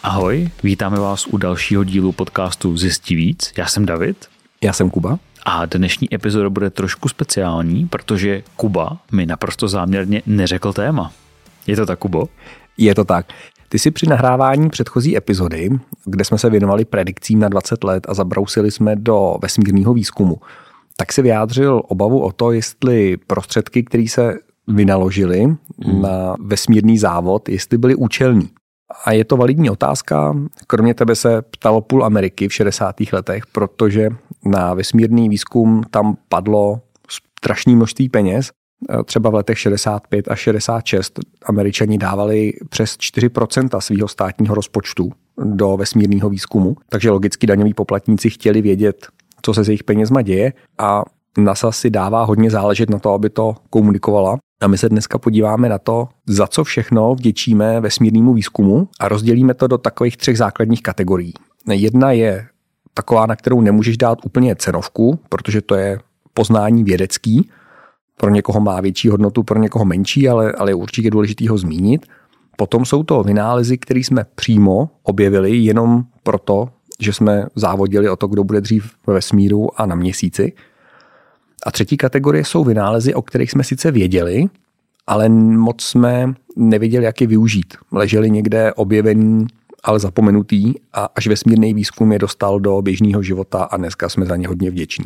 Ahoj, vítáme vás u dalšího dílu podcastu Zjistí víc. Já jsem David. Já jsem Kuba. A dnešní epizoda bude trošku speciální, protože Kuba mi naprosto záměrně neřekl téma. Je to tak, Kubo? Je to tak. Ty si při nahrávání předchozí epizody, kde jsme se věnovali predikcím na 20 let a zabrousili jsme do vesmírného výzkumu, tak si vyjádřil obavu o to, jestli prostředky, které se vynaložily na vesmírný závod, jestli byly účelný. A je to validní otázka. Kromě tebe se ptalo půl Ameriky v 60. letech, protože na vesmírný výzkum tam padlo strašné množství peněz. Třeba v letech 65 a 66 Američani dávali přes 4% svého státního rozpočtu do vesmírného výzkumu. Takže logicky daňoví poplatníci chtěli vědět, co se s jejich penězma děje, a NASA si dává hodně záležet na to, aby to komunikovala. A my se dneska podíváme na to, za co všechno vděčíme vesmírnému výzkumu, a rozdělíme to do takových 3 základních kategorií. Jedna je taková, na kterou nemůžeš dát úplně cenovku, protože to je poznání vědecký. Pro někoho má větší hodnotu, pro někoho menší, ale je určitě důležitý ho zmínit. Potom jsou to vynálezy, které jsme přímo objevili jenom proto, že jsme závodili o to, kdo bude dřív ve vesmíru a na Měsíci. A třetí kategorie jsou vynálezy, o kterých jsme sice věděli, ale moc jsme nevěděli, jak je využít. Leželi někde objevení, ale zapomenutý, a až vesmírný výzkum je dostal do běžného života a dneska jsme za ně hodně vděční.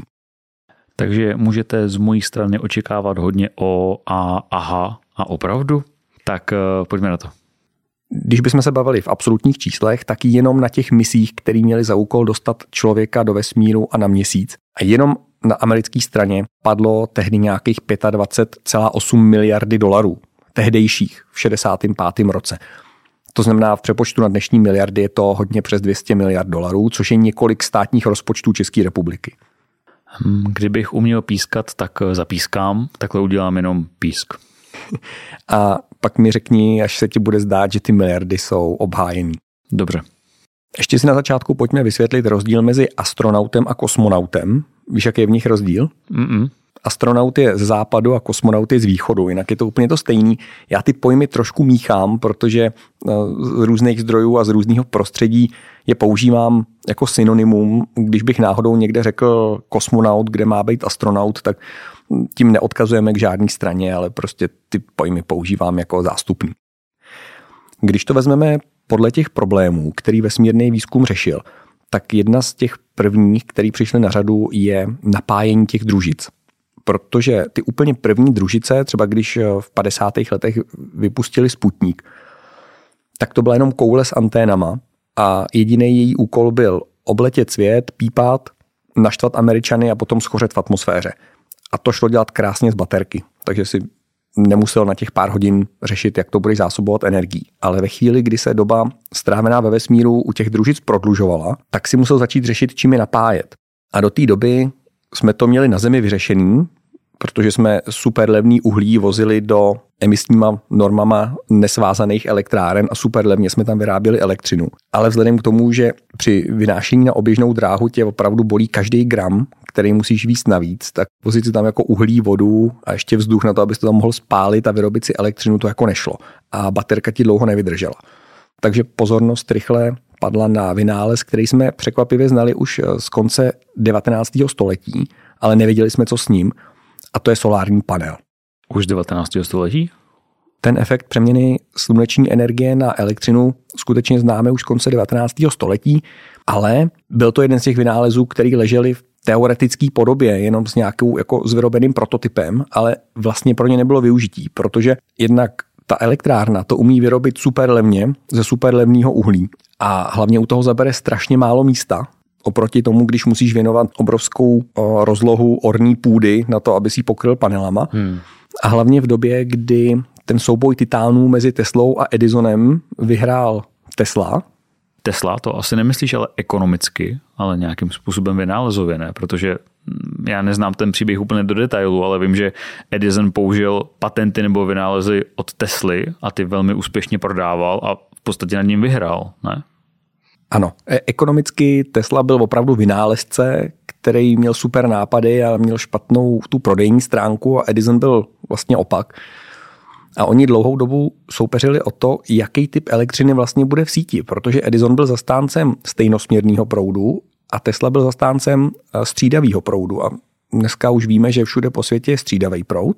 Takže můžete z mojí strany očekávat hodně o a aha a opravdu? Tak pojďme na to. Když bychom se bavili v absolutních číslech, tak jenom na těch misích, které měly za úkol dostat člověka do vesmíru a na Měsíc, a jenom na americké straně padlo tehdy nějakých 25,8 miliardy dolarů, tehdejších v 65. roce. To znamená, v přepočtu na dnešní miliardy je to hodně přes 200 miliard dolarů, což je několik státních rozpočtů České republiky. Kdybych uměl pískat, tak zapískám, takhle udělám jenom písk. A pak mi řekni, až se ti bude zdát, že ty miliardy jsou obhájený. Dobře. Ještě si na začátku pojďme vysvětlit rozdíl mezi astronautem a kosmonautem. Víš, jaký je v nich rozdíl? Astronaut je z západu a kosmonaut je z východu, jinak je to úplně to stejný. Já ty pojmy trošku míchám, protože z různých zdrojů a z různého prostředí je používám jako synonymum. Když bych náhodou někde řekl kosmonaut, kde má být astronaut, tak tím neodkazujeme k žádné straně, ale prostě ty pojmy používám jako zástupný. Když to vezmeme podle těch problémů, který vesmírný výzkum řešil, tak jedna z těch prvních, který přišly na řadu, je napájení těch družic. Protože ty úplně první družice, třeba když v 50. letech vypustili Sputnik, tak to byla jenom koule s anténama a jediný její úkol byl obletět svět, pípat, naštvat Američany a potom schořet v atmosféře. A to šlo dělat krásně z baterky, takže si nemusel na těch pár hodin řešit, jak to bude zásobovat energií. Ale ve chvíli, kdy se doba strávená ve vesmíru u těch družic prodlužovala, tak si musel začít řešit, čím je napájet. A do té doby jsme to měli na Zemi vyřešený, protože jsme super levný uhlí vozili do emisníma normama nesvázaných elektráren a super levně jsme tam vyráběli elektřinu. Ale vzhledem k tomu, že při vynášení na oběžnou dráhu tě opravdu bolí každý gram, který musíš víc navíc, tak vozit si tam jako uhlí, vodu a ještě vzduch na to, abys to tam mohl spálit a vyrobit si elektřinu, to jako nešlo. A baterka ti dlouho nevydržela. Takže pozornost rychle padla na vynález, který jsme překvapivě znali už z konce 19. století, ale nevěděli jsme, co s ním, a to je solární panel. Už 19. století? Ten efekt přeměny sluneční energie na elektřinu skutečně známe už z konce 19. století, ale byl to jeden z těch vynálezů, který leželi v teoretické podobě, jenom s nějakou jako s vyrobeným prototypem, ale vlastně pro ně nebylo využití, protože jednak ta elektrárna to umí vyrobit super levně ze super levného uhlí a hlavně u toho zabere strašně málo místa. Oproti tomu, když musíš věnovat obrovskou rozlohu orní půdy na to, aby si ji pokryl panelama. A hlavně v době, kdy ten souboj titánů mezi Teslou a Edisonem vyhrál Tesla. Tesla, to asi nemyslíš ale ekonomicky, ale nějakým způsobem vynálezově, ne? Protože já neznám ten příběh úplně do detailu, ale vím, že Edison použil patenty nebo vynálezy od Tesly a ty velmi úspěšně prodával a v podstatě nad ním vyhrál, ne? Ano, ekonomicky Tesla byl opravdu vynálezce, který měl super nápady a měl špatnou tu prodejní stránku, a Edison byl vlastně opak. A oni dlouhou dobu soupeřili o to, jaký typ elektřiny vlastně bude v síti, protože Edison byl zastáncem stejnosměrného proudu a Tesla byl zastáncem střídavého proudu. A dneska už víme, že všude po světě je střídavý proud.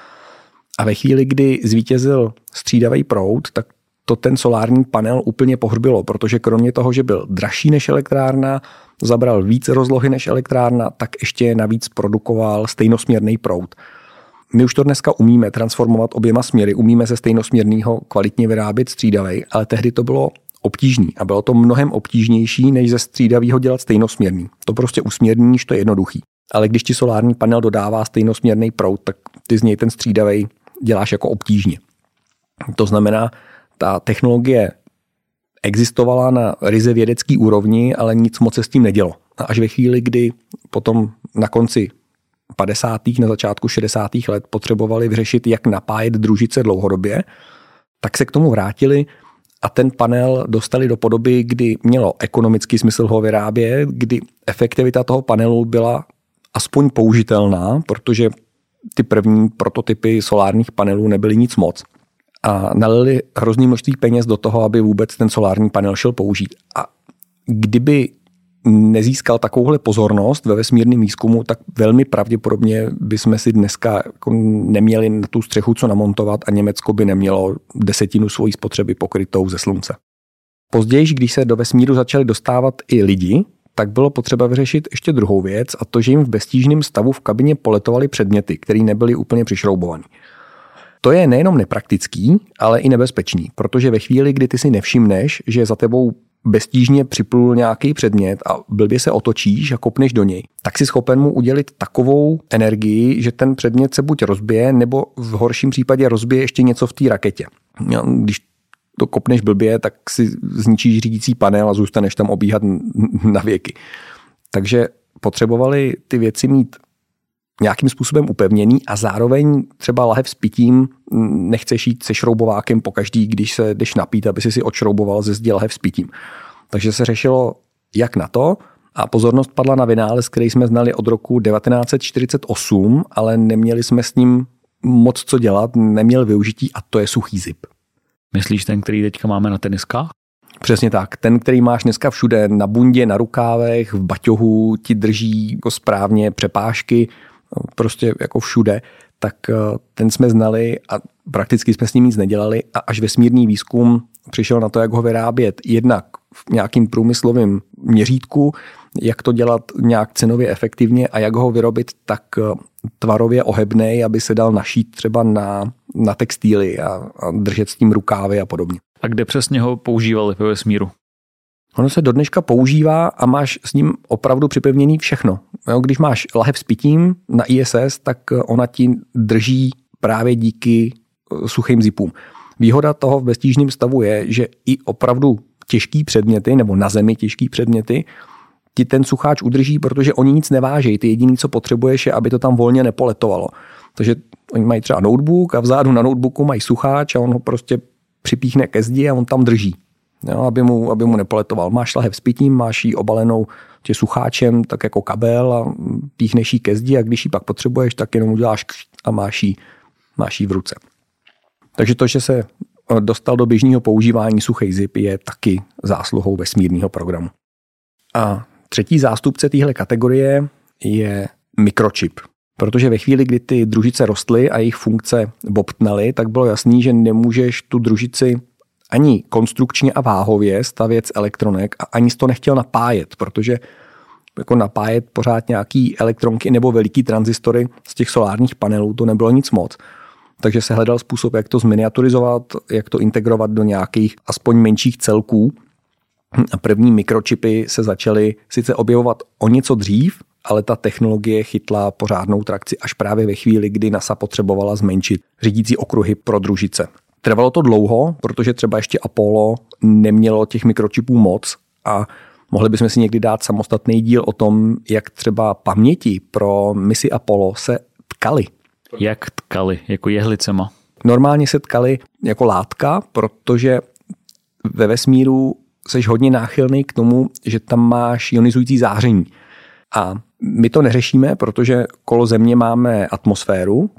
A ve chvíli, kdy zvítězil střídavý proud, tak to ten solární panel úplně pohrbilo, protože kromě toho, že byl dražší než elektrárna, zabral víc rozlohy než elektrárna, tak ještě navíc produkoval stejnosměrný proud. My už to dneska umíme transformovat oběma směry, umíme ze stejnosměrného kvalitně vyrábět střídavej, ale tehdy to bylo obtížný a bylo to mnohem obtížnější, než ze střídavého dělat stejnosměrný. To prostě usměrníš, to je jednoduchý. Ale když ti solární panel dodává stejnosměrný proud, tak ty z něj ten střídavej děláš jako obtížně. To znamená, ta technologie existovala na ryze vědecký úrovni, ale nic moc se s tím nedělo. A až ve chvíli, kdy potom na konci 50. na začátku 60. let potřebovali vyřešit, jak napájet družice dlouhodobě, tak se k tomu vrátili a ten panel dostali do podoby, kdy mělo ekonomický smysl ho vyrábět, kdy efektivita toho panelu byla aspoň použitelná, protože ty první prototypy solárních panelů nebyly nic moc. A nalili hrozný množství peněz do toho, aby vůbec ten solární panel šel použít. A kdyby nezískal takovouhle pozornost ve vesmírném výzkumu, tak velmi pravděpodobně bychom si dneska jako neměli na tu střechu co namontovat a Německo by nemělo 1/10 svojí spotřeby pokrytou ze slunce. Později, když se do vesmíru začali dostávat i lidi, tak bylo potřeba vyřešit ještě druhou věc, a to, že jim v beztížném stavu v kabině poletovaly předměty, které nebyly úplně přišroubované. To je nejenom nepraktický, ale i nebezpečný, protože ve chvíli, kdy ty si nevšimneš, že za tebou beztížně připlul nějaký předmět a blbě se otočíš a kopneš do něj, tak si schopen mu udělit takovou energii, že ten předmět se buď rozbije, nebo v horším případě rozbije ještě něco v té raketě. Když to kopneš blbě, tak si zničíš řídící panel a zůstaneš tam obíhat na věky. Takže potřebovali ty věci mít nějakým způsobem upevněný a zároveň třeba lahev s pitím nechceš jít se šroubovákem pokaždý, když se jdeš napít, aby si odšrouboval ze zdi lahev s pitím. Takže se řešilo jak na to a pozornost padla na vynález, který jsme znali od roku 1948, ale neměli jsme s ním moc co dělat, neměl využití a to je suchý zip. Myslíš ten, který teďka máme na teniskách? Přesně tak. Ten, který máš dneska všude, na bundě, na rukávech, v baťohu, ti drží jako správně přepážky, prostě jako všude, tak ten jsme znali a prakticky jsme s ním nic nedělali a až vesmírný výzkum přišel na to, jak ho vyrábět jednak v nějakým průmyslovém měřítku, jak to dělat nějak cenově efektivně a jak ho vyrobit tak tvarově ohebnej, aby se dal našít třeba na textíly a držet s tím rukávy a podobně. A kde přesně ho používali ve vesmíru? Ono se do dneška používá a máš s ním opravdu připevněný všechno. Když máš lahev s pitím na ISS, tak ona ti drží právě díky suchým zipům. Výhoda toho v beztížném stavu je, že i opravdu těžký předměty nebo na zemi těžký předměty ti ten sucháč udrží, protože oni nic nevážejí. Ty jediný, co potřebuješ, je, aby to tam volně nepoletovalo. Takže oni mají třeba notebook a vzadu na notebooku mají sucháč a on ho prostě připíchne ke zdi a on tam drží. Jo, aby mu nepoletoval. Máš lahev s pitím, máš ji obalenou tě sucháčem, tak jako kabel a píchneš ji ke zdi a když ji pak potřebuješ, tak jenom uděláš a máš ji v ruce. Takže to, že se dostal do běžného používání suchý zip, je taky zásluhou vesmírného programu. A třetí zástupce téhle kategorie je mikročip. Protože ve chvíli, kdy ty družice rostly a jejich funkce bobtnaly, tak bylo jasný, že nemůžeš tu družici ani konstrukčně a váhově stavět z elektronek a ani jsi to nechtěl napájet, protože jako napájet pořád nějaký elektronky nebo veliký tranzistory z těch solárních panelů, to nebylo nic moc. Takže se hledal způsob, jak to zminiaturizovat, jak to integrovat do nějakých aspoň menších celků. A první mikročipy se začaly sice objevovat o něco dřív, ale ta technologie chytla pořádnou trakci až právě ve chvíli, kdy NASA potřebovala zmenšit řídící okruhy pro družice. Trvalo to dlouho, protože třeba ještě Apollo nemělo těch mikročipů moc a mohli bychom si někdy dát samostatný díl o tom, jak třeba paměti pro misi Apollo se tkaly. Jak tkaly? Jako jehlicema? Normálně se tkaly jako látka, protože ve vesmíru seš hodně náchylný k tomu, že tam máš ionizující záření. A my to neřešíme, protože kolo Země máme atmosféru, která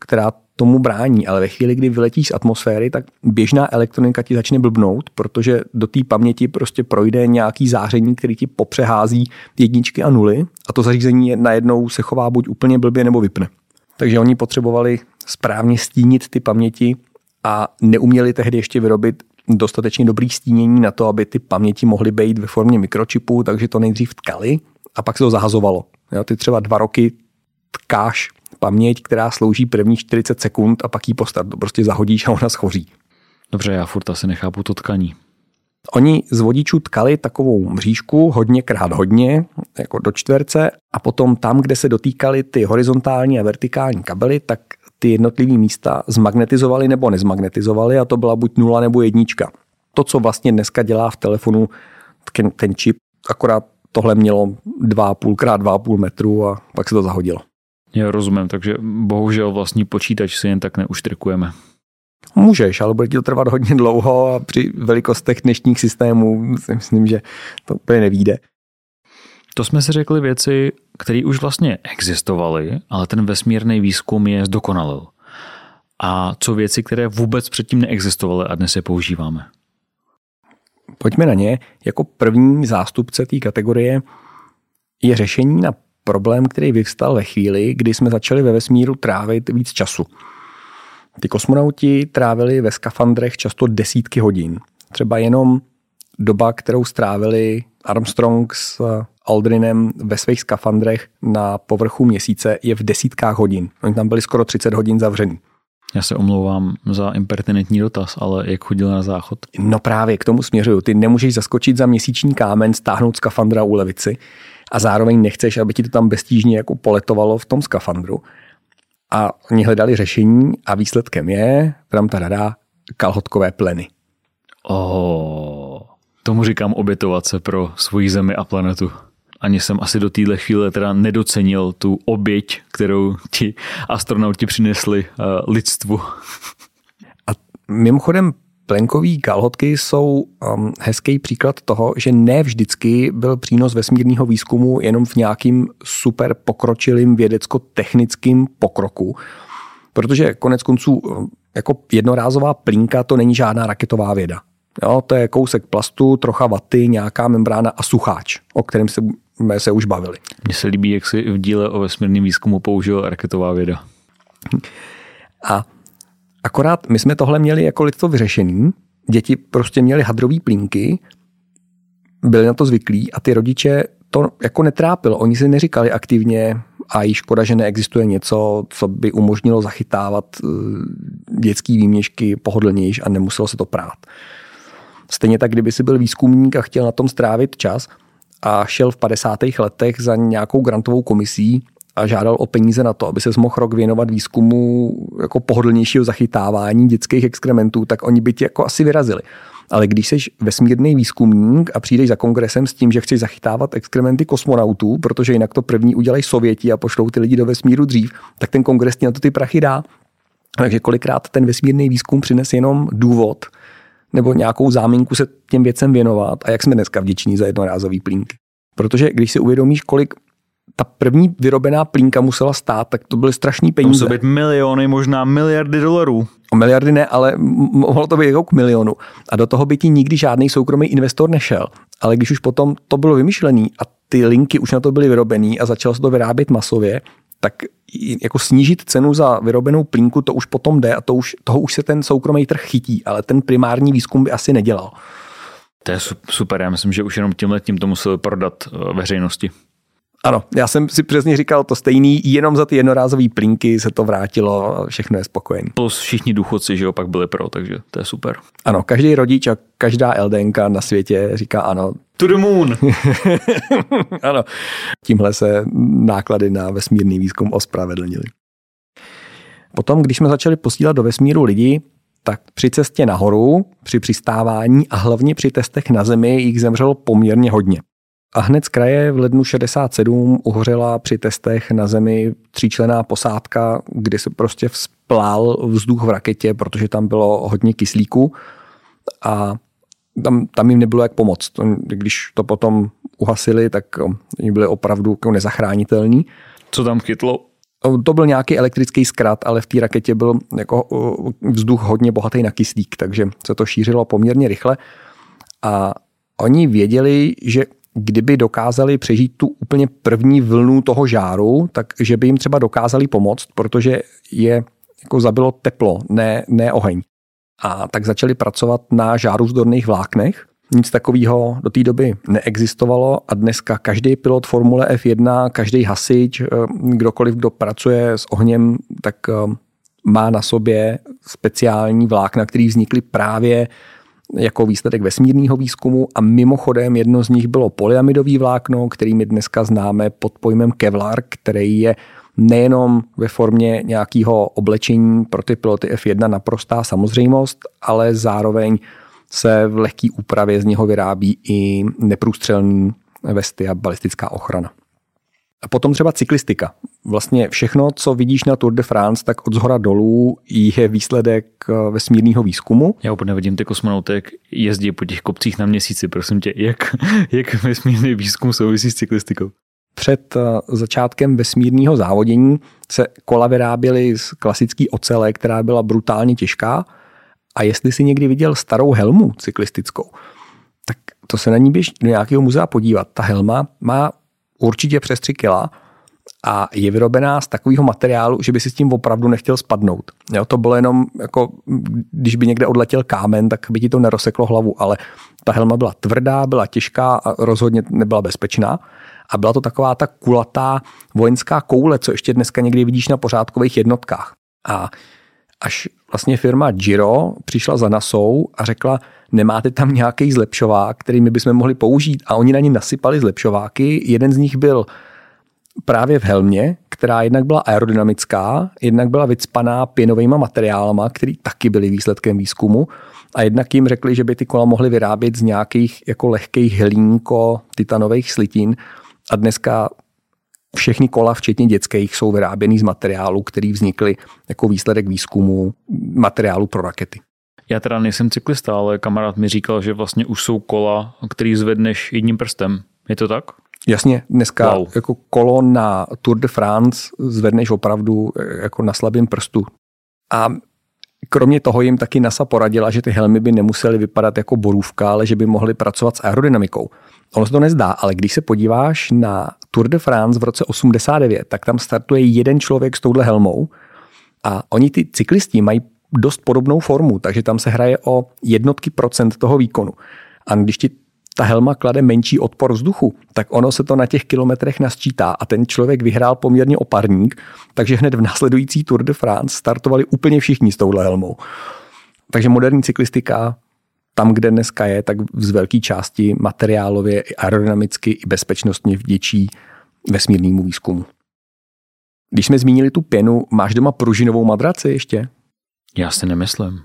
tomu brání, ale ve chvíli, kdy vyletíš z atmosféry, tak běžná elektronika ti začne blbnout, protože do té paměti prostě projde nějaký záření, který ti popřehází jedničky a nuly a to zařízení najednou se chová buď úplně blbě nebo vypne. Takže oni potřebovali správně stínit ty paměti a neuměli tehdy ještě vyrobit dostatečně dobrý stínění na to, aby ty paměti mohly být ve formě mikročipů, takže to nejdřív tkali a pak se to zahazovalo. Jo, ty třeba 2 roky tkáš paměť, která slouží prvních 40 sekund a pak ji prostě zahodíš a ona schoří. Dobře, já furt asi nechápu to tkaní. Oni z vodičů tkali takovou mřížku hodně, jako do čtverce a potom tam, kde se dotýkaly ty horizontální a vertikální kabely, tak ty jednotlivý místa zmagnetizovali nebo nezmagnetizovali a to byla buď 0 nebo 1. To, co vlastně dneska dělá v telefonu ten čip, akorát tohle mělo 2,5 x 2,5 metru a pak se to zahodilo. Já rozumím, takže bohužel vlastní počítač si jen tak neuštrikujeme. Můžeš, ale bude ti to trvat hodně dlouho a při velikostech dnešních systémů si myslím, že to úplně nevyjde. To jsme si řekli věci, které už vlastně existovaly, ale ten vesmírný výzkum je zdokonalil. A co věci, které vůbec předtím neexistovaly a dnes je používáme? Pojďme na ně. Jako první zástupce té kategorie je řešení na problém, který vyvstal ve chvíli, kdy jsme začali ve vesmíru trávit víc času. Ty kosmonauti trávili ve skafandrech často desítky hodin. Třeba jenom doba, kterou strávili Armstrong s Aldrinem ve svých skafandrech na povrchu měsíce, je v desítkách hodin. Oni tam byli skoro 30 hodin zavřený. Já se omlouvám za impertinentní dotaz, ale jak chodil na záchod? No právě k tomu směřuju. Ty nemůžeš zaskočit za měsíční kámen, stáhnout skafandra u levici a zároveň nechceš, aby ti to tam beztížně jako poletovalo v tom skafandru. A oni hledali řešení a výsledkem je, kalhotkové pleny. Tomu říkám obětovat se pro svoji zemi a planetu. Ani jsem asi do téhle chvíle teda nedocenil tu oběť, kterou ti astronauti přinesli lidstvu. A mimochodem plenkové kalhotky jsou hezký příklad toho, že ne vždycky byl přínos vesmírného výzkumu jenom v nějakým super pokročilým vědecko-technickým pokroku. Protože konec konců jako jednorázová plínka to není žádná raketová věda. Jo, to je kousek plastu, trocha vaty, nějaká membrána a sucháč, o kterém jsme se už bavili. Mně se líbí, jak si v díle o vesmírném výzkumu použil raketová věda. A akorát my jsme tohle měli jako lidstvo vyřešený. Děti prostě měly hadrový plínky, byli na to zvyklí a ty rodiče to jako netrápilo. Oni si neříkali aktivně a jí škoda, že neexistuje něco, co by umožnilo zachytávat dětský výměšky pohodlnější a nemuselo se to prát. Stejně tak, kdyby si byl výzkumník a chtěl na tom strávit čas a šel v 50. letech za nějakou grantovou komisí a žádal o peníze na to, aby se mohl rok věnovat výzkumu jako pohodlnějšího zachytávání dětských exkrementů, tak oni by tě jako asi vyrazili. Ale když jsi vesmírný výzkumník a přijdeš za kongresem s tím, že chceš zachytávat exkrementy kosmonautů, protože jinak to první udělají Sověti a pošlou ty lidi do vesmíru dřív, tak ten kongres ti na to ty prachy dá. Takže kolikrát ten vesmírný výzkum přines jenom důvod nebo nějakou záminku se těm věcem věnovat a jak jsme dneska vděční za jednorázový plínky. Protože když si uvědomíš, kolik ta první vyrobená plínka musela stát, tak to byly strašný peníze. Muselo být miliony, možná miliardy dolarů. O miliardy ne, ale mohlo to být jako k milionu. A do toho by ti nikdy žádný soukromý investor nešel. Ale když už potom to bylo vymyšlený a ty linky už na to byly vyrobený a začalo se to vyrábět masově, tak jako snížit cenu za vyrobenou plínku, to už potom jde a toho už se ten soukromý trh chytí, ale ten primární výzkum by asi nedělal. To je super, já myslím, že už jenom tímhletím to museli prodat veřejnosti. Ano, já jsem si přesně říkal to stejný, jenom za ty jednorázové plínky se to vrátilo a všechno je spokojený. Plus všichni důchodci, že opak byli pro, takže to je super. Ano, každý rodič a každá LDNka na světě říká ano. To the moon! Ano, tímhle se náklady na vesmírný výzkum ospravedlnily. Potom, když jsme začali posílat do vesmíru lidi, tak při cestě nahoru, při přistávání a hlavně při testech na Zemi jich zemřelo poměrně hodně. A hned z kraje v lednu 67 uhořela při testech na Zemi 3členná posádka, kdy se prostě vzplál vzduch v raketě, protože tam bylo hodně kyslíku a tam jim nebylo jak pomoct. Když to potom uhasili, tak oni byli opravdu nezachránitelní. Co tam chytlo? To byl nějaký elektrický zkrat, ale v té raketě byl jako vzduch hodně bohatý na kyslík, takže se to šířilo poměrně rychle. A oni věděli, že kdyby dokázali přežít tu úplně první vlnu toho žáru, takže by jim třeba dokázali pomoct, protože je jako zabilo teplo, ne oheň. A tak začali pracovat na žáruzdorných vláknech. Nic takového do té doby neexistovalo a dneska každý pilot Formule F1, každý hasič, kdokoliv, kdo pracuje s ohněm, tak má na sobě speciální vlákna, které vznikly právě jako výsledek vesmírného výzkumu a mimochodem jedno z nich bylo polyamidový vlákno, který my dneska známe pod pojmem Kevlar, který je nejenom ve formě nějakého oblečení pro ty piloty F1 naprostá samozřejmost, ale zároveň se v lehké úpravě z něho vyrábí i neprůstřelný vesty a balistická ochrana. A potom třeba cyklistika. Vlastně všechno, co vidíš na Tour de France, tak od zhora dolů je výsledek vesmírného výzkumu. Já úplně vidím ty kosmonauty, jak jezdí po těch kopcích na Měsíci. Prosím tě, jak vesmírný výzkum souvisí s cyklistikou? Před začátkem vesmírného závodění se kola vyráběly z klasické ocele, která byla brutálně těžká. A jestli si někdy viděl starou helmu cyklistickou, tak to se na ní běž do nějakého muzea podívat. Ta helma má určitě přes 3 kila a je vyrobená z takového materiálu, že by si s tím opravdu nechtěl spadnout. Jo, to bylo jenom jako, když by někde odletěl kámen, tak by ti to nerozseklo hlavu, ale ta helma byla tvrdá, byla těžká a rozhodně nebyla bezpečná. A byla to taková ta kulatá vojenská koule, co ještě dneska někdy vidíš na pořádkových jednotkách. A až vlastně firma Giro přišla za NASou a řekla, nemáte tam nějaký zlepšovák, který my bychom mohli použít, a oni na ní nasypali zlepšováky. Jeden z nich byl právě v helmě, která jednak byla aerodynamická, jednak byla vycpaná pěnovými materiálama, který taky byly výsledkem výzkumu, a jednak jim řekli, že by ty kola mohly vyrábět z nějakých jako lehkých hlínko-titanových slitin, a dneska všechny kola, včetně dětských, jsou vyráběný z materiálu, který vznikly jako výsledek výzkumu materiálu pro rakety. Já teda nejsem cyklista, ale kamarád mi říkal, že vlastně už jsou kola, který zvedneš jedním prstem. Je to tak? Jasně, dneska jako kolo na Tour de France zvedneš opravdu jako na slabým prstu. A kromě toho jim taky NASA poradila, že ty helmy by nemusely vypadat jako borůvka, ale že by mohly pracovat s aerodynamikou. Ono se to nezdá, ale když se podíváš na Tour de France v roce 89, tak tam startuje jeden člověk s touhle helmou a oni ty cyklisti mají dost podobnou formu, takže tam se hraje o jednotky procent toho výkonu. A když ti ta helma klade menší odpor vzduchu, tak ono se to na těch kilometrech nasčítá a ten člověk vyhrál poměrně o parník, takže hned v následující Tour de France startovali úplně všichni s touhle helmou. Takže moderní cyklistika tam, kde dneska je, tak z velké části materiálově, i aerodynamicky, i bezpečnostně vděčí vesmírnému výzkumu. Když jsme zmínili tu pěnu, máš doma pružinovou madraci ještě? Já si nemyslím.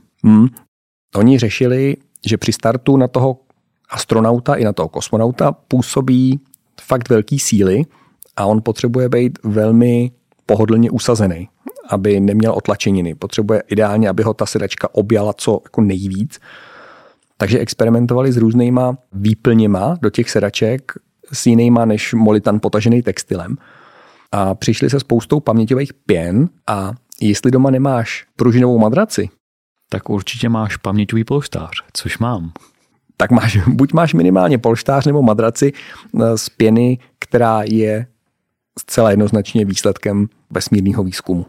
Oni řešili, že při startu na toho astronauta i na toho kosmonauta působí fakt velký síly a on potřebuje být velmi pohodlně usazený, aby neměl otlačeniny. Potřebuje ideálně, aby ho ta sedačka objala co jako nejvíc. Takže experimentovali s různýma výplněma do těch sedaček, s jinýma než molitan potažený textilem. A přišli se spoustou paměťových pěn a jestli doma nemáš pružinovou madraci, tak určitě máš paměťový polštář, což mám. Tak buď máš minimálně polštář nebo madraci z pěny, která je zcela jednoznačně výsledkem vesmírného výzkumu.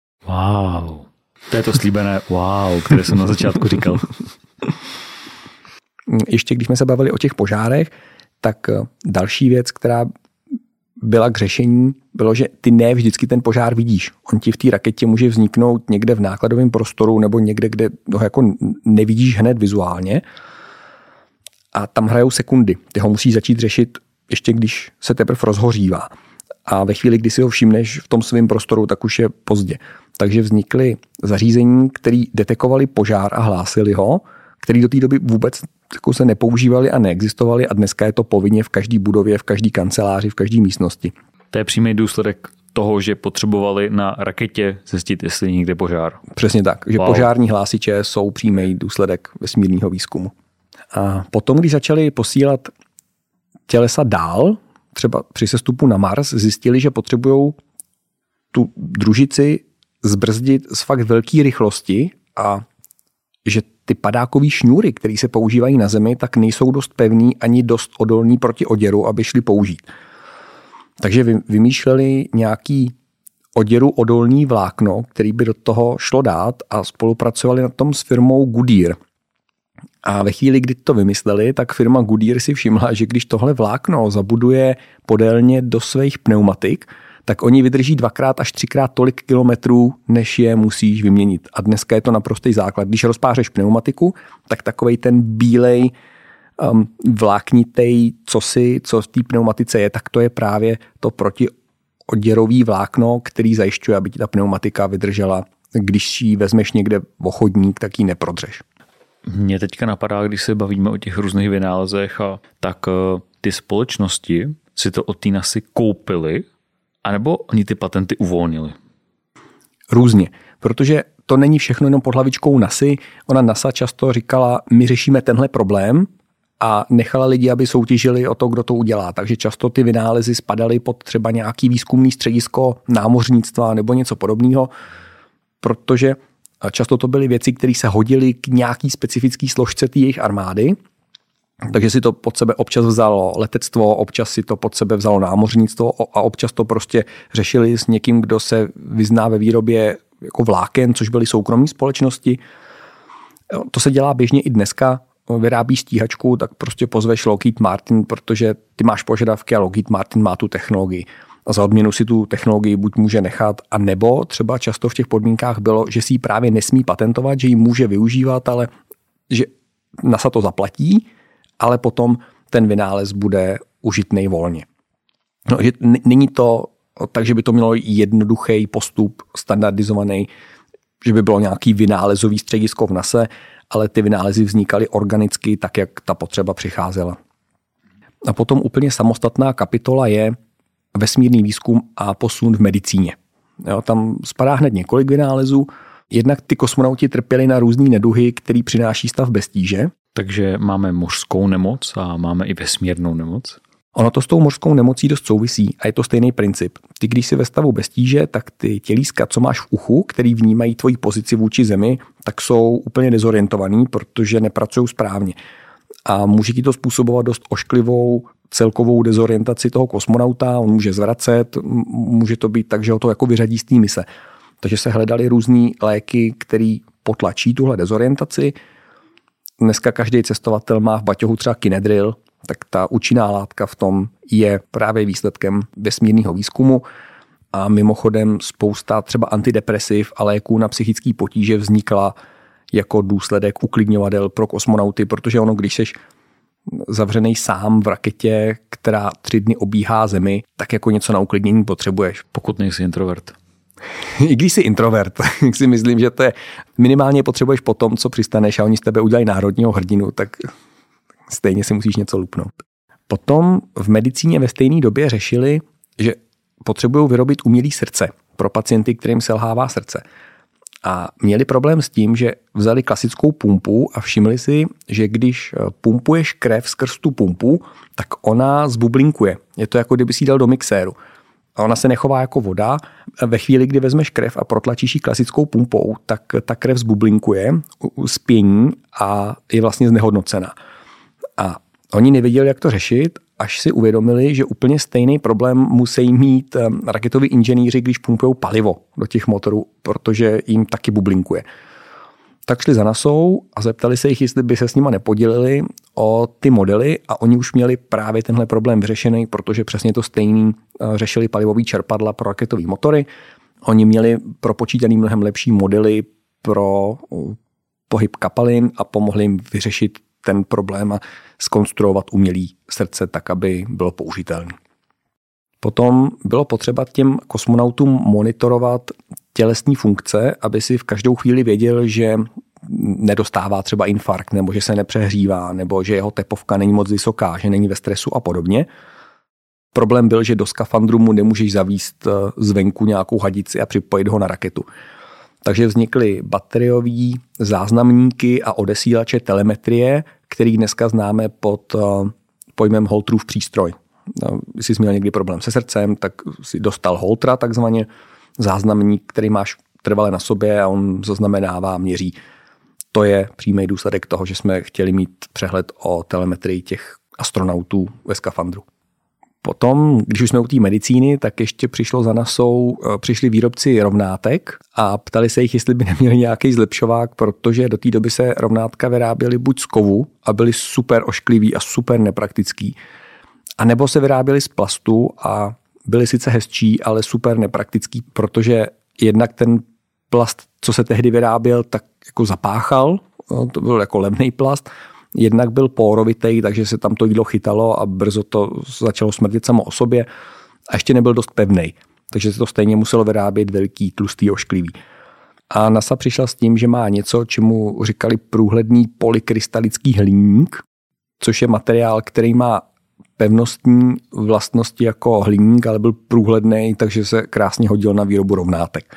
Wow. To je to slíbené wow, které jsem na začátku říkal. Ještě když jsme se bavili o těch požárech, tak další věc, která byla k řešení, bylo, že ty ne vždycky ten požár vidíš. On ti v té raketě může vzniknout někde v nákladovém prostoru nebo někde, kde ho jako nevidíš hned vizuálně. A tam hrajou sekundy. Ty ho musíš začít řešit ještě když se teprve rozhořívá. A ve chvíli, kdy si ho všimneš v tom svém prostoru, tak už je pozdě. Takže vznikly zařízení, které detekovali požár a hlásili ho, který do té doby vůbec jako se nepoužívali a neexistovali a dneska je to povinně v každé budově, v každé kanceláři, v každé místnosti. To je přímý důsledek toho, že potřebovali na raketě zjistit, jestli někde požár. Přesně tak, že požární hlásiče jsou přímý důsledek vesmírného výzkumu. A potom, když začali posílat tělesa dál, třeba při sestupu na Mars, zjistili, že potřebují tu družici zbrzdit z fakt velké rychlosti a že ty padákový šňůry, které se používají na zemi, tak nejsou dost pevný ani dost odolný proti oděru, aby šli použít. Takže vymýšleli nějaký oděru odolný vlákno, který by do toho šlo dát a spolupracovali na tom s firmou Goodyear. A ve chvíli, kdy to vymysleli, tak firma Goodyear si všimla, že když tohle vlákno zabuduje podélně do svých pneumatik, tak oni vydrží 2x až 3x tolik kilometrů, než je musíš vyměnit. A dneska je to naprostý základ. Když rozpářeš pneumatiku, tak takovej ten bílej vláknitej, co v té pneumatice je, tak to je právě to protioděrový vlákno, který zajišťuje, aby ti ta pneumatika vydržela. Když ji vezmeš někde v chodník, tak ji neprodřeš. Mně teďka napadá, když se bavíme o těch různých vynálezech, tak ty společnosti si to od té NASA koupily, anebo oni ty patenty uvolnili? Různě, protože to není všechno jenom pod hlavičkou NASA. NASA často říkala, my řešíme tenhle problém a nechala lidi, aby soutěžili o to, kdo to udělá. Takže často ty vynálezy spadaly pod třeba nějaký výzkumný středisko námořnictva nebo něco podobného, protože často to byly věci, které se hodily k nějaký specifický složce té jejich armády. Takže si to pod sebe občas vzalo letectvo, občas si to pod sebe vzalo námořnictvo a občas to prostě řešili s někým, kdo se vyzná ve výrobě jako vláken, což byly soukromé společnosti. To se dělá běžně i dneska. Vyrábíš stíhačku, tak prostě pozveš Lockheed Martin, protože ty máš požadavky a Lockheed Martin má tu technologii. A za odměnu si tu technologii buď může nechat, a nebo třeba často v těch podmínkách bylo, že si ji právě nesmí patentovat, že ji může využívat, ale že NASA to zaplatí, ale potom ten vynález bude užitnej volně. No, že není to tak, že by to mělo jednoduchý postup, standardizovaný, že by bylo nějaký vynálezový středisko v NASA, ale ty vynálezy vznikaly organicky tak, jak ta potřeba přicházela. A potom úplně samostatná kapitola je vesmírný výzkum a posun v medicíně. Jo, tam spadá hned několik vynálezů. Jednak ty kosmonauti trpěli na různý neduhy, který přináší stav bez tíže. Takže máme mořskou nemoc a máme i vesmírnou nemoc. Ono to s tou mořskou nemocí dost souvisí a je to stejný princip. Ty, když jsi ve stavu bez tíže, tak ty tělíska, co máš v uchu, který vnímají tvoji pozici vůči zemi, tak jsou úplně dezorientovaný, protože nepracují správně. A může ti to způsobovat dost ošklivou celkovou dezorientaci toho kosmonauta, on může zvracet, může to být tak, že ho to jako vyřadí z té mise. Takže se hledaly různý léky, který potlačí tuhle dezorientaci. Dneska každý cestovatel má v baťohu třeba Kinedril, tak ta účinná látka v tom je právě výsledkem vesmírného výzkumu. A mimochodem spousta třeba antidepresiv a léků na psychické potíže vznikla jako důsledek uklidňovadel pro kosmonauty, protože ono, když seš zavřenej sám v raketě, která 3 dny obíhá Zemi, tak jako něco na uklidnění potřebuješ. Pokud nejsi introvert. I když jsi introvert, tak si myslím, že to je minimálně potřebuješ po tom, co přistaneš a oni z tebe udělají národního hrdinu, tak stejně si musíš něco lupnout. Potom v medicíně ve stejné době řešili, že potřebují vyrobit umělý srdce pro pacienty, kterým selhává srdce. A měli problém s tím, že vzali klasickou pumpu a všimli si, že když pumpuješ krev skrz tu pumpu, tak ona zbublinkuje. Je to jako kdyby si ji dal do mixéru. A ona se nechová jako voda. Ve chvíli, kdy vezmeš krev a protlačíš ji klasickou pumpou, tak ta krev zbublinkuje, spění a je vlastně znehodnocena. A oni nevěděli, jak to řešit, až si uvědomili, že úplně stejný problém musí mít raketoví inženýři, když pumpují palivo do těch motorů, protože jim taky bublinkuje. Tak šli za NASou a zeptali se jich, jestli by se s nima nepodělili o ty modely, a oni už měli právě tenhle problém vyřešený, protože přesně to stejný řešili palivový čerpadla pro raketové motory. Oni měli propočítaný mnohem lepší modely pro pohyb kapalin a pomohli jim vyřešit ten problém a zkonstruovat umělý srdce tak, aby bylo použitelné. Potom bylo potřeba těm kosmonautům monitorovat tělesní funkce, aby si v každou chvíli věděl, že nedostává třeba infarkt, nebo že se nepřehřívá, nebo že jeho tepovka není moc vysoká, že není ve stresu a podobně. Problém byl, že do skafandru mu nemůžeš zavíst zvenku nějakou hadici a připojit ho na raketu. Takže vznikly bateriový záznamníky a odesílače telemetrie, který dneska známe pod pojmem Holterův přístroj. Když jsi měl někdy problém se srdcem, tak si dostal Holtera takzvaně, záznamník, který máš trvale na sobě a on zaznamenává, měří. To je přímý důsledek toho, že jsme chtěli mít přehled o telemetrii těch astronautů ve skafandru. Potom, když už jsme u té medicíny, tak ještě přišli výrobci rovnátek a ptali se jich, jestli by neměli nějaký zlepšovák, protože do té doby se rovnátka vyráběly buď z kovu a byly super ošklivý a super nepraktický, a nebo se vyráběly z plastu a byly sice hezčí, ale super nepraktický, protože jednak ten plast, co se tehdy vyráběl, tak jako zapáchal, to byl jako levný plast, jednak byl pórovitý, takže se tam to jídlo chytalo a brzo to začalo smrdět samo o sobě a ještě nebyl dost pevnej, takže se to stejně muselo vyrábět velký, tlustý, ošklivý. A NASA přišla s tím, že má něco, čemu říkali průhledný polykrystalický hliník, což je materiál, který má pevnostní vlastnosti jako hliník, ale byl průhledný, takže se krásně hodil na výrobu rovnátek.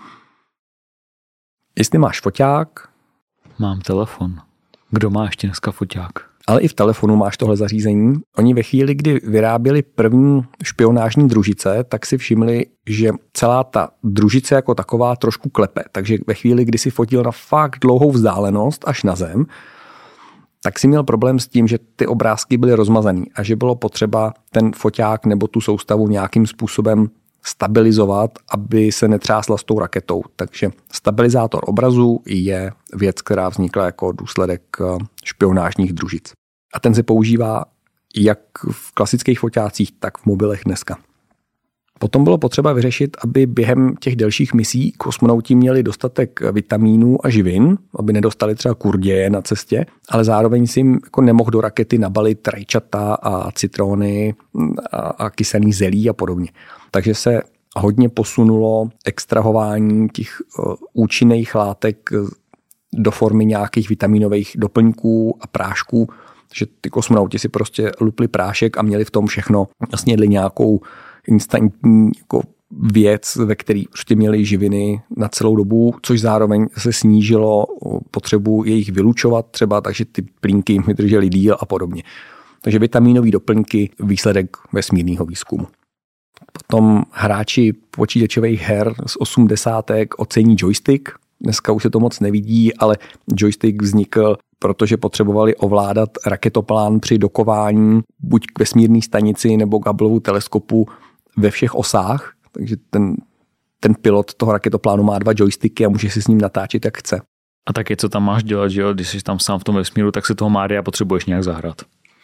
Jestli máš foťák? Mám telefon. Kdo má ještě dneska foťák? Ale i v telefonu máš tohle zařízení. Oni ve chvíli, kdy vyráběli první špionážní družice, tak si všimli, že celá ta družice jako taková trošku klepe. Takže ve chvíli, kdy si fotil na fakt dlouhou vzdálenost až na zem, tak si měl problém s tím, že ty obrázky byly rozmazaný a že bylo potřeba ten foťák nebo tu soustavu nějakým způsobem stabilizovat, aby se netřásla s tou raketou. Takže stabilizátor obrazu je věc, která vznikla jako důsledek špionážních družic. A ten se používá jak v klasických foťácích, tak v mobilech dneska. Potom bylo potřeba vyřešit, aby během těch delších misí kosmonauti měli dostatek vitamínů a živin, aby nedostali třeba kurděje na cestě, ale zároveň si jim jako nemohl do rakety nabalit rajčata a citrony a kyselý zelí a podobně. Takže se hodně posunulo extrahování těch účinných látek do formy nějakých vitaminových doplňků a prášků, že ty kosmonauti si prostě lupli prášek a měli v tom všechno. Vlastně jedli nějakou instantní jako věc, ve který prostě měli živiny na celou dobu, což zároveň se snížilo potřebu jejich vylučovat třeba, takže ty plínky vydržely díl a podobně. Takže vitamínové doplňky, výsledek vesmírného výzkumu. Potom hráči počítačových her z 80. ocení joystick. Dneska už se to moc nevidí, ale joystick vznikl, protože potřebovali ovládat raketoplán při dokování buď k vesmírné stanici nebo k Hubbleovu teleskopu ve všech osách. Takže ten pilot toho raketoplánu má 2 joysticky a může si s ním natáčet, jak chce. A taky, co tam máš dělat, že jo? Když jsi tam sám v tom vesmíru, tak se toho Mária potřebuješ nějak zahrát.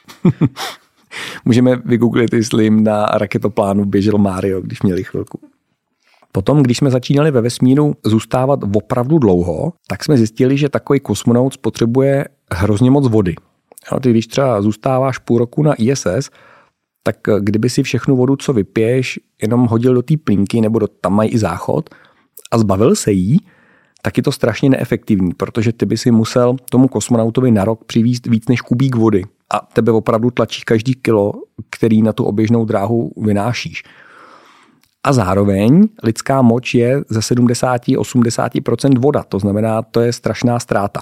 Můžeme vygooglit, jestli jim na raketoplánu běžel Mario, když měli chvilku. Potom, když jsme začínali ve vesmíru zůstávat opravdu dlouho, tak jsme zjistili, že takový kosmonaut spotřebuje hrozně moc vody. A ty, když třeba zůstáváš půl roku na ISS, tak kdyby si všechnu vodu, co vypiješ, jenom hodil do té plínky, nebo tam mají i záchod, a zbavil se jí, tak je to strašně neefektivní, protože ty by si musel tomu kosmonautovi na rok přivízt víc než kubík vody. A tebe opravdu tlačí každý kilo, který na tu oběžnou dráhu vynášíš. A zároveň lidská moč je ze 70-80% voda, to znamená, to je strašná ztráta.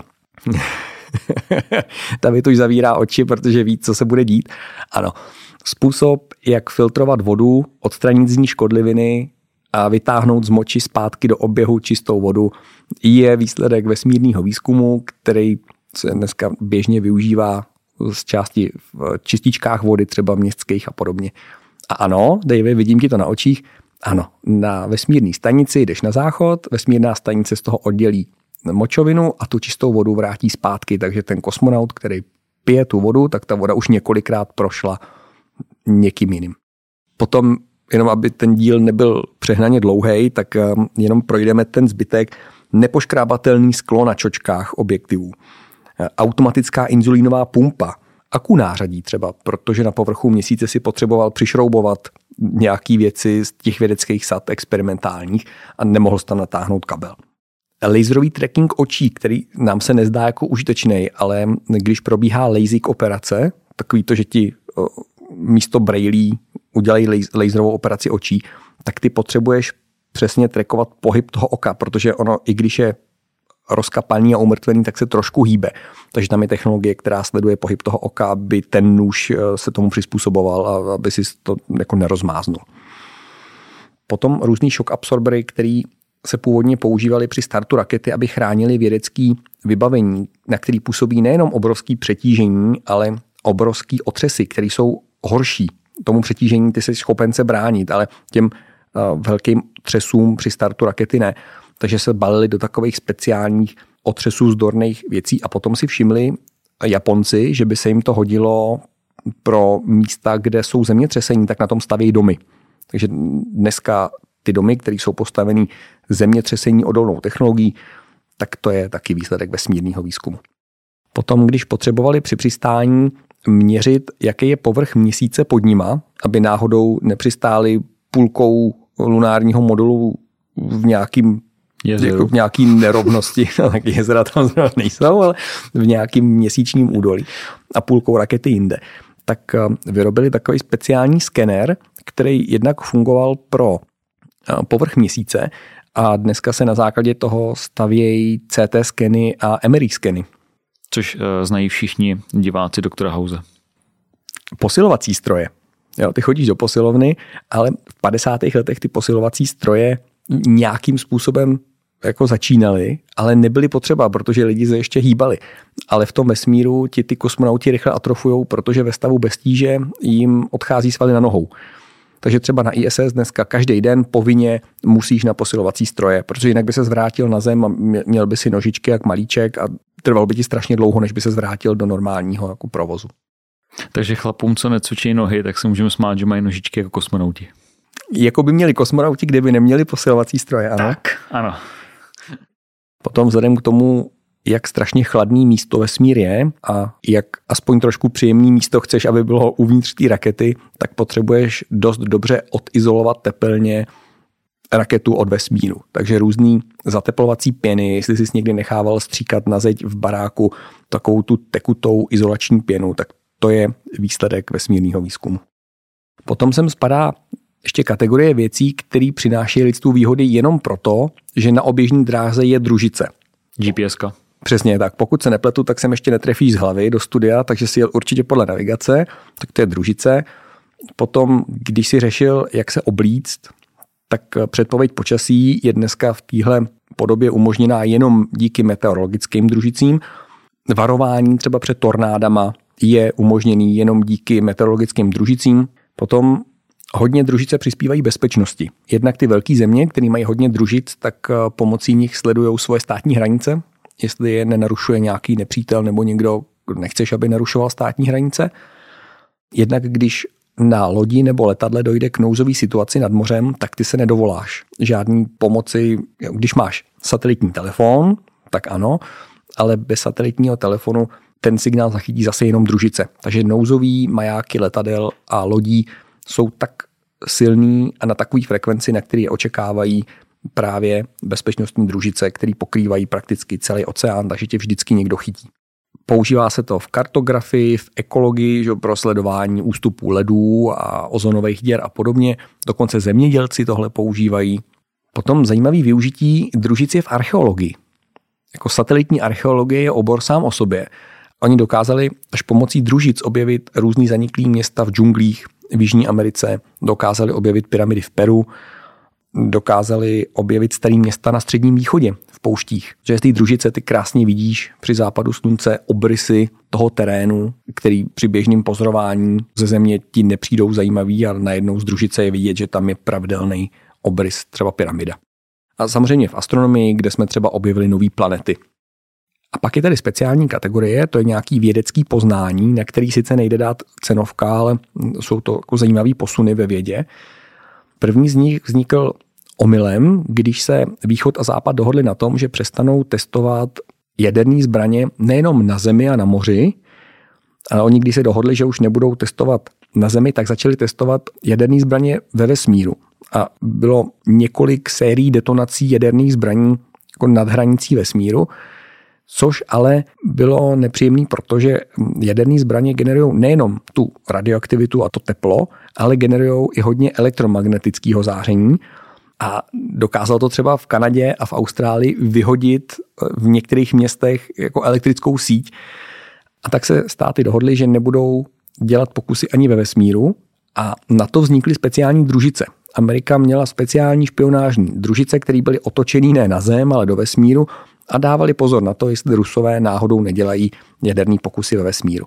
Ta větuš zavírá oči, protože ví, co se bude dít. Ano, způsob, jak filtrovat vodu, odstranit z ní škodliviny a vytáhnout z moči zpátky do oběhu čistou vodu, je výsledek vesmírného výzkumu, který se dneska běžně využívá z části v čističkách vody, třeba městských a podobně. A ano, Dave, vidím ti to na očích, ano, na vesmírné stanici jdeš na záchod, vesmírná stanice z toho oddělí močovinu a tu čistou vodu vrátí zpátky, takže ten kosmonaut, který pije tu vodu, tak ta voda už několikrát prošla někým jiným. Potom, jenom aby ten díl nebyl přehnaně dlouhej, tak jenom projdeme ten zbytek. Nepoškrábatelný sklo na čočkách objektivů. Automatická inzulínová pumpa. Aku nářadí třeba, protože na povrchu Měsíce si potřeboval přišroubovat nějaký věci z těch vědeckých sad experimentálních a nemohl tam natáhnout kabel. Laserový tracking očí, který nám se nezdá jako užitečný, ale když probíhá LASIK operace, takový to, že ti místo brailí udělají laserovou operaci očí, tak ty potřebuješ přesně trackovat pohyb toho oka, protože ono, i když je rozkapaný a umrtvený, tak se trošku hýbe. Takže tam je technologie, která sleduje pohyb toho oka, aby ten nůž se tomu přizpůsoboval a aby si to jako nerozmáznul. Potom různý šok absorbery, který se původně používali při startu rakety, aby chránili vědecký vybavení, na který působí nejenom obrovský přetížení, ale obrovský otřesy, které jsou horší. Tomu přetížení ty jsi schopen se bránit, ale těm velkým třesům při startu rakety ne. Takže se balili do takových speciálních otřesů zdorných věcí a potom si všimli Japonci, že by se jim to hodilo pro místa, kde jsou zemětřesení, tak na tom stavějí domy. Takže dneska ty domy, které jsou postaveny zemětřesení odolnou technologií, tak to je taky výsledek vesmírného výzkumu. Potom, když potřebovali při přistání měřit, jaký je povrch měsíce pod nima, aby náhodou nepřistáli půlkou lunárního modulu v nějaký nerovnosti, taky jezera tam nejsou, ale v nějakým měsíčním údolí a půlkou rakety jinde, tak vyrobili takový speciální skener, který jednak fungoval pro povrch měsíce a dneska se na základě toho stavějí CT skeny a MRI skeny. Což znají všichni diváci doktora House. Posilovací stroje. Jo, ty chodíš do posilovny, ale v 50. letech ty posilovací stroje nějakým způsobem jako začínaly, ale nebyly potřeba, protože lidi se ještě hýbali. Ale v tom vesmíru ty kosmonauti rychle atrofujou, protože ve stavu bez tíže jim odchází svaly na nohou. Takže třeba na ISS dneska každý den povinně musíš na posilovací stroje, protože jinak by se zvrátil na zem a měl by si nožičky jak malíček a trvalo by ti strašně dlouho, než by se zvrátil do normálního jako provozu. Takže chlapům, co necvičí nohy, tak se můžeme smát, že mají nožičky jako kosmonauti. Jako by měli kosmonauti, kdyby neměli posilovací stroje, ano? Tak, ano. Potom vzhledem k tomu, jak strašně chladný místo vesmír je a jak aspoň trošku příjemný místo chceš, aby bylo uvnitř té rakety, tak potřebuješ dost dobře odizolovat tepelně raketu od vesmíru. Takže různý zateplovací pěny, jestli jsi někdy nechával stříkat na zeď v baráku takovou tu tekutou izolační pěnu, tak to je výsledek vesmírného výzkumu. Potom sem spadá ještě kategorie věcí, které přinášejí lidstvu výhody jenom proto, že na oběžní dráze je družice. GPSka. Přesně tak. Pokud se nepletu, tak sem ještě netrefíš z hlavy do studia, takže si jel určitě podle navigace, tak to je družice. Potom, když si řešil, jak se oblíct, tak předpověď počasí je dneska v téhle podobě umožněná jenom díky meteorologickým družicím. Varování třeba před tornádama je umožněný jenom díky meteorologickým družicím. Potom hodně družice přispívají bezpečnosti. Jednak ty velké země, které mají hodně družic, tak pomocí nich sledují svoje státní hranice, jestli je nenarušuje nějaký nepřítel nebo někdo, kdo nechceš, aby narušoval státní hranice. Jednak když na lodi nebo letadle dojde k nouzové situaci nad mořem, tak ty se nedovoláš žádný pomoci. Když máš satelitní telefon, tak ano, ale bez satelitního telefonu ten signál zachytí zase jenom družice. Takže nouzový majáky letadel a lodí jsou tak silný a na takový frekvenci, na který je očekávají právě bezpečnostní družice, který pokrývají prakticky celý oceán, takže tě vždycky někdo chytí. Používá se to v kartografii, v ekologii, že pro sledování ústupů ledů a ozonových děr a podobně. Dokonce zemědělci tohle používají. Potom zajímavý využití družic je v archeologii. Jako satelitní archeologie je obor sám o sobě. Oni dokázali až pomocí družic objevit různý zaniklý města v džunglích v Jižní Americe, dokázali objevit pyramidy v Peru, dokázali objevit starý města na Středním východě v pouštích. Že z té družice ty krásně vidíš při západu slunce obrysy toho terénu, který při běžném pozorování ze země ti nepřijdou zajímavý a najednou z družice je vidět, že tam je pravidelný obrys, třeba pyramida. A samozřejmě v astronomii, kde jsme třeba objevili nové planety. A pak je tady speciální kategorie, to je nějaký vědecký poznání, na který sice nejde dát cenovka, ale jsou to jako zajímavý posuny ve vědě. První z nich vznikl omylem, když se východ a západ dohodli na tom, že přestanou testovat jaderné zbraně nejenom na Zemi a na moři, ale oni, když se dohodli, že už nebudou testovat na Zemi, tak začali testovat jaderné zbraně ve vesmíru. A bylo několik sérií detonací jaderných zbraní jako nad hranicí vesmíru, což ale bylo nepříjemné, protože jaderné zbraně generují nejenom tu radioaktivitu a to teplo, ale generují i hodně elektromagnetického záření a dokázalo to třeba v Kanadě a v Austrálii vyhodit v některých městech jako elektrickou síť. A tak se státy dohodly, že nebudou dělat pokusy ani ve vesmíru a na to vznikly speciální družice. Amerika měla speciální špionážní družice, které byly otočený ne na Zem, ale do vesmíru a dávali pozor na to, jestli Rusové náhodou nedělají jaderný pokusy ve vesmíru.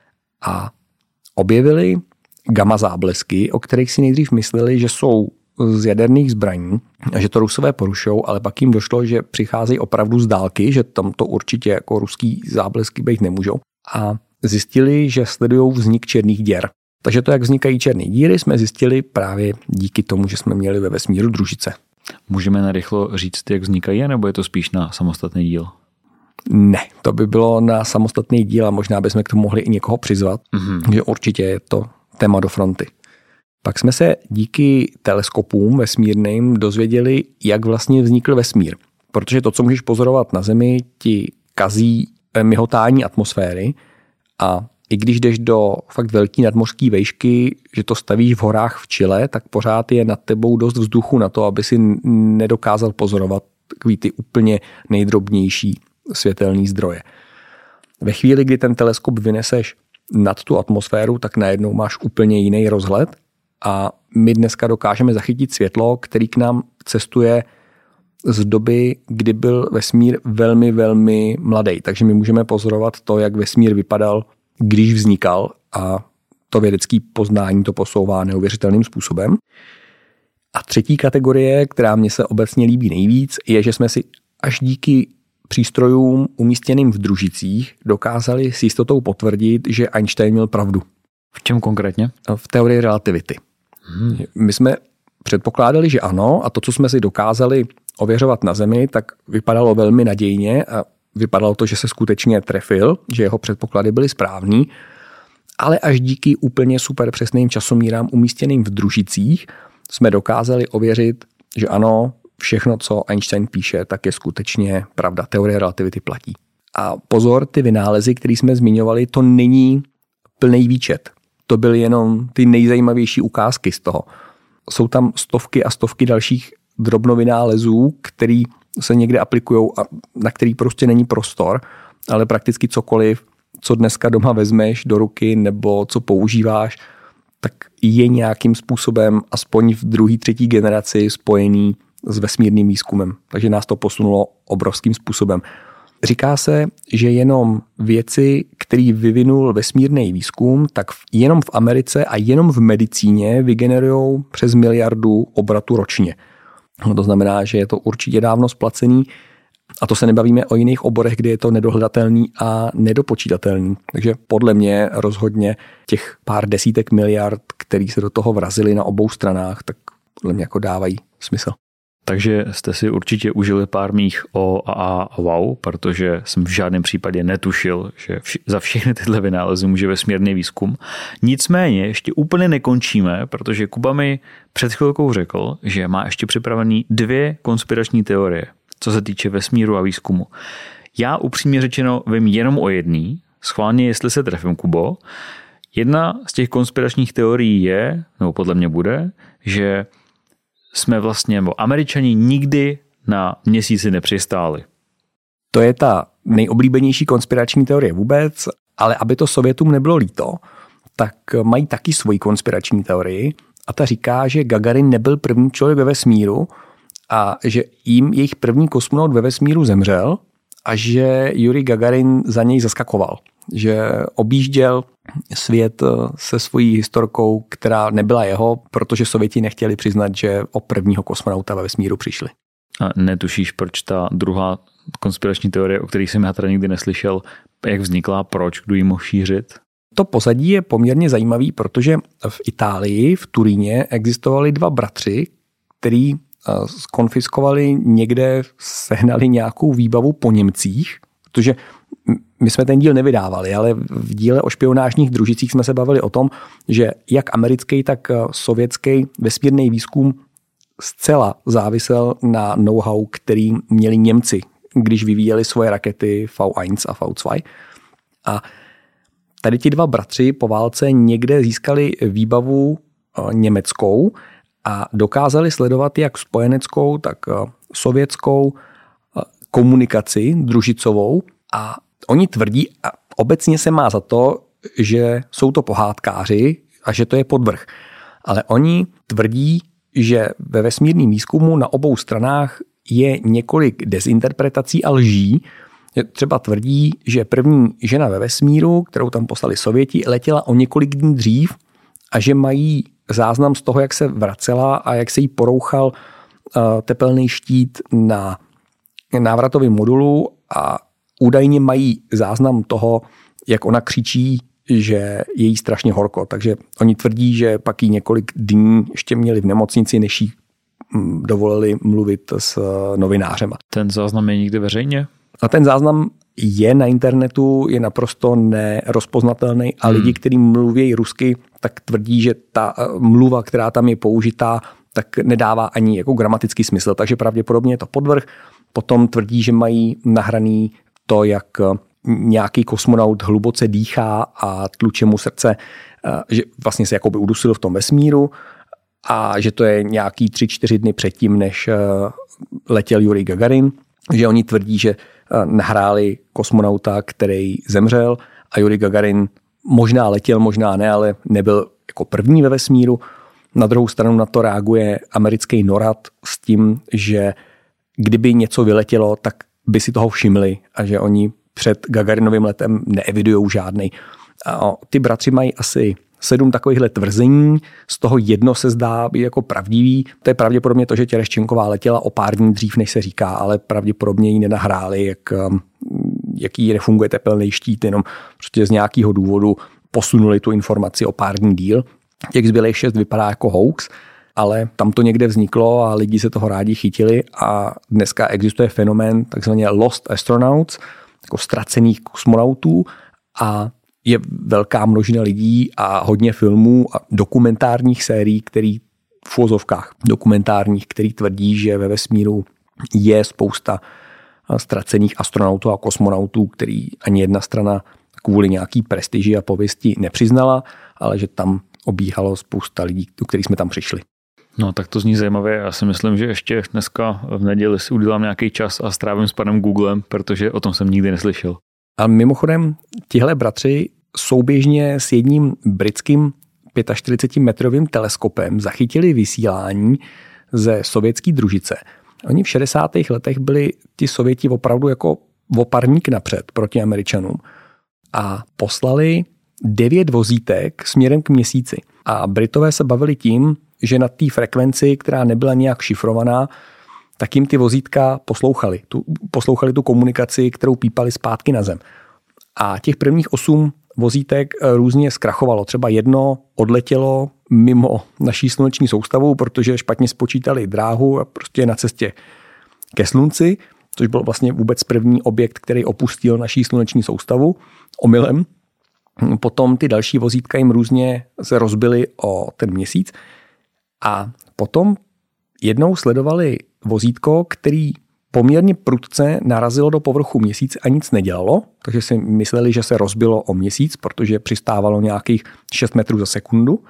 A objevili gamma záblesky, o kterých si nejdřív mysleli, že jsou z jaderných zbraní a že to Rusové porušou, ale pak jim došlo, že přicházejí opravdu z dálky, že tam to určitě jako ruský záblesky být nemůžou. A zjistili, že sledují vznik černých děr. Takže to, jak vznikají černé díry, jsme zjistili právě díky tomu, že jsme měli ve vesmíru družice. Můžeme narychlo říct, jak vznikají, nebo je to spíš na samostatný díl? Ne, to by bylo na samostatný díl a možná bychom k tomu mohli i někoho přizvat, že určitě je to téma do fronty. Pak jsme se díky teleskopům vesmírným dozvěděli, jak vlastně vznikl vesmír. Protože to, co můžeš pozorovat na Zemi, ti kazí mihotání atmosféry a i když jdeš do fakt velký nadmořský vejšky, že to stavíš v horách v Chile, tak pořád je nad tebou dost vzduchu na to, aby si nedokázal pozorovat takový ty úplně nejdrobnější světelný zdroje. Ve chvíli, kdy ten teleskop vyneseš nad tu atmosféru, tak najednou máš úplně jiný rozhled a my dneska dokážeme zachytit světlo, který k nám cestuje z doby, kdy byl vesmír velmi, velmi mladý. Takže my můžeme pozorovat to, jak vesmír vypadal, když vznikal a to vědecké poznání to posouvá neuvěřitelným způsobem. A třetí kategorie, která mně se obecně líbí nejvíc, je, že jsme si až díky přístrojům umístěným v družicích dokázali s jistotou potvrdit, že Einstein měl pravdu. V čem konkrétně? V teorii relativity. My jsme předpokládali, že ano, a to, co jsme si dokázali ověřovat na Zemi, tak vypadalo velmi nadějně a vypadalo to, že se skutečně trefil, že jeho předpoklady byly správný, ale až díky úplně super přesným časomírám umístěným v družicích jsme dokázali ověřit, že ano, všechno, co Einstein píše, tak je skutečně pravda. Teorie relativity platí. A pozor, ty vynálezy, které jsme zmiňovali, to není plný výčet. To byly jenom ty nejzajímavější ukázky z toho. Jsou tam stovky a stovky dalších drobnovynálezů, který se někde aplikujou a na který prostě není prostor, ale prakticky cokoliv, co dneska doma vezmeš do ruky nebo co používáš, tak je nějakým způsobem aspoň v druhé, třetí generaci spojený s vesmírným výzkumem. Takže nás to posunulo obrovským způsobem. Říká se, že jenom věci, který vyvinul vesmírný výzkum, tak jenom v Americe a jenom v medicíně vygenerujou přes 1 miliardu obratu ročně. No to znamená, že je to určitě dávno splacený a to se nebavíme o jiných oborech, kde je to nedohledatelný a nedopočítatelný. Takže podle mě rozhodně těch pár desítek miliard, který se do toho vrazili na obou stranách, tak podle mě jako dávají smysl. Takže jste si určitě užili pár mých o a wow, protože jsem v žádném případě netušil, že za všechny tyhle vynálezy může vesmírný výzkum. Nicméně ještě úplně nekončíme, protože Kuba mi před chvilkou řekl, že má ještě připravený 2 konspirační teorie, co se týče vesmíru a výzkumu. Já upřímně řečeno vím jenom o jedný, schválně jestli se trefím, Kubo. Jedna z těch konspiračních teorií je, nebo podle mě bude, že jsme vlastně, nebo Američani nikdy na měsíci nepřistáli. To je ta nejoblíbenější konspirační teorie vůbec, ale aby to Sovětům nebylo líto, tak mají taky svoji konspirační teorii a ta říká, že Gagarin nebyl první člověk ve vesmíru a že jim jejich první kosmonaut ve vesmíru zemřel a že Jurij Gagarin za něj zaskakoval. Že objížděl svět se svojí historkou, která nebyla jeho, protože Sověti nechtěli přiznat, že o prvního kosmonauta ve vesmíru přišli. A netušíš, proč ta druhá konspirační teorie, o kterých jsem já teda nikdy neslyšel, jak vznikla, proč, kdo ji mohl šířit? To pozadí je poměrně zajímavý, protože v Itálii, v Turíně, existovali 2 bratři, který skonfiskovali někde, sehnali nějakou výbavu po Němcích, protože my jsme ten díl nevydávali, ale v díle o špionážních družicích jsme se bavili o tom, že jak americký, tak sovětský vesmírný výzkum zcela závisel na know-how, který měli Němci, když vyvíjeli svoje rakety V1 a V2. A tady ti 2 bratři po válce někde získali výbavu německou a dokázali sledovat jak spojeneckou, tak sovětskou komunikaci družicovou a oni tvrdí, a obecně se má za to, že jsou to pohádkáři a že to je podvrh. Ale oni tvrdí, že ve vesmírném výzkumu na obou stranách je několik dezinterpretací a lží. Třeba tvrdí, že první žena ve vesmíru, kterou tam poslali Sověti, letěla o několik dní dřív a že mají záznam z toho, jak se vracela a jak se jí porouchal tepelný štít na návratovém modulu a údajně mají záznam toho, jak ona křičí, že je jí strašně horko. Takže oni tvrdí, že pak jí několik dní ještě měli v nemocnici, než jí dovolili mluvit s novinářema. Ten záznam je nikdy veřejně? A ten záznam je na internetu, je naprosto nerozpoznatelný a lidi, kteří mluví rusky, tak tvrdí, že ta mluva, která tam je použitá, tak nedává ani jako gramatický smysl. Takže pravděpodobně je to podvrh. Potom tvrdí, že mají nahraný to, jak nějaký kosmonaut hluboce dýchá a tluče mu srdce, že vlastně se jakoby udusil v tom vesmíru a že to je nějaký 3-4 dny předtím, než letěl Jurij Gagarin. Že oni tvrdí, že nahráli kosmonauta, který zemřel a Jurij Gagarin možná letěl, možná ne, ale nebyl jako první ve vesmíru. Na druhou stranu na to reaguje americký NORAD s tím, že kdyby něco vyletělo, tak by si toho všimli a že oni před Gagarinovým letem neevidujou žádnej. A ty bratři mají asi 7 takovýchhle tvrzení, z toho jedno se zdá být jako pravdivý. To je pravděpodobně to, že Tereščenková letěla o pár dní dřív, než se říká, ale pravděpodobně ji nenahráli, jaký nefunguje tepelný štít, jenom prostě z nějakého důvodu posunuli tu informaci o pár dní díl. Těch zbylých 6 vypadá jako hoax, ale tam to někde vzniklo a lidi se toho rádi chytili a dneska existuje fenomén takzvaně lost astronauts, jako ztracených kosmonautů a je velká množina lidí a hodně filmů a dokumentárních sérií, který v uvozovkách dokumentárních, který tvrdí, že ve vesmíru je spousta ztracených astronautů a kosmonautů, který ani jedna strana kvůli nějaký prestiži a pověsti nepřiznala, ale že tam obíhalo spousta lidí, do kterých jsme tam přišli. No tak to zní zajímavě. Já si myslím, že ještě dneska v neděli si udělám nějaký čas a strávím s panem Googlem, protože o tom jsem nikdy neslyšel. A mimochodem, tihle bratři souběžně s jedním britským 45-metrovým teleskopem zachytili vysílání ze sovětské družice. Oni v 60. letech byli ti Sověti opravdu jako oparník napřed proti Američanům a poslali 9 vozítek směrem k Měsíci. A Britové se bavili tím, že na té frekvenci, která nebyla nějak šifrovaná, tak jim ty vozítka poslouchali tu komunikaci, kterou pípali zpátky na Zem. A těch prvních 8 vozítek různě zkrachovalo. Třeba jedno odletělo mimo naší sluneční soustavu, protože špatně spočítali dráhu a prostě na cestě ke Slunci, což byl vlastně vůbec první objekt, který opustil naší sluneční soustavu omylem. Potom ty další vozítka jim různě se rozbily o ten Měsíc a potom jednou sledovali vozítko, který poměrně prudce narazilo do povrchu Měsíce a nic nedělalo, takže si mysleli, že se rozbilo o Měsíc, protože přistávalo nějakých 6 metrů za sekundu.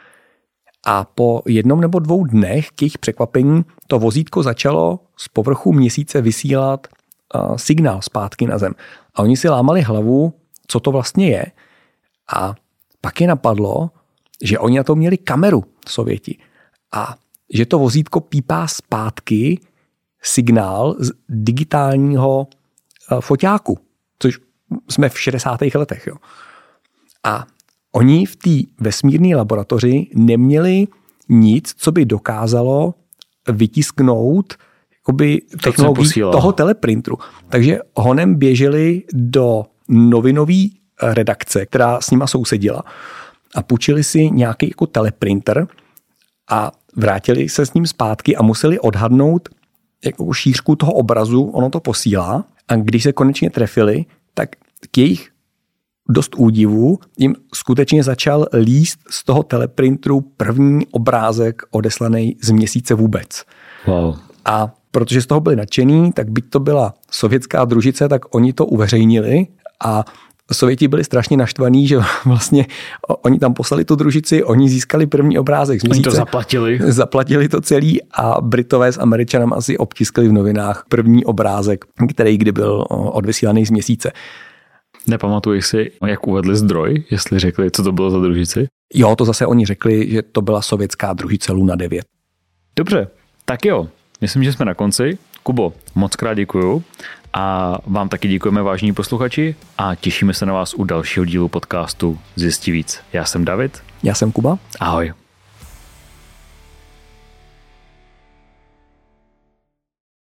A po 1 nebo 2 dnech k jejich překvapení to vozítko začalo z povrchu Měsíce vysílat signál zpátky na Zem. A oni si lámali hlavu, co to vlastně je. A pak je napadlo, že oni na to měli kameru, Sověti. A že to vozítko pípá zpátky signál z digitálního foťáku, což jsme v 60. letech. Jo. A oni v té vesmírné laboratoři neměli nic, co by dokázalo vytisknout technologii toho teleprinteru. Takže honem běželi do novinové redakce, která s nima sousedila a půjčili si nějaký jako teleprinter a vrátili se s ním zpátky a museli odhadnout jako šířku toho obrazu, ono to posílá a když se konečně trefili, tak k jejich dost údivu jim skutečně začal líst z toho teleprinteru první obrázek odeslaný z Měsíce vůbec. Wow. A protože z toho byli nadšený, tak byť to byla sovětská družice, tak oni to uveřejnili a Sověti byli strašně naštvaní, že vlastně oni tam poslali tu družici, oni získali první obrázek z Měsíce. Oni to zaplatili. Zaplatili to celý a Britové s Američanem asi obtiskli v novinách první obrázek, který kdy byl odvysílaný z Měsíce. Nepamatuješ si, jak uvedli zdroj, jestli řekli, co to bylo za družici? Jo, to zase oni řekli, že to byla sovětská družice Luna 9. Dobře, tak jo, myslím, že jsme na konci. Kubo, moc krát děkuju a vám taky děkujeme, vážení posluchači, a těšíme se na vás u dalšího dílu podcastu Zjisti víc. Já jsem David. Já jsem Kuba. Ahoj.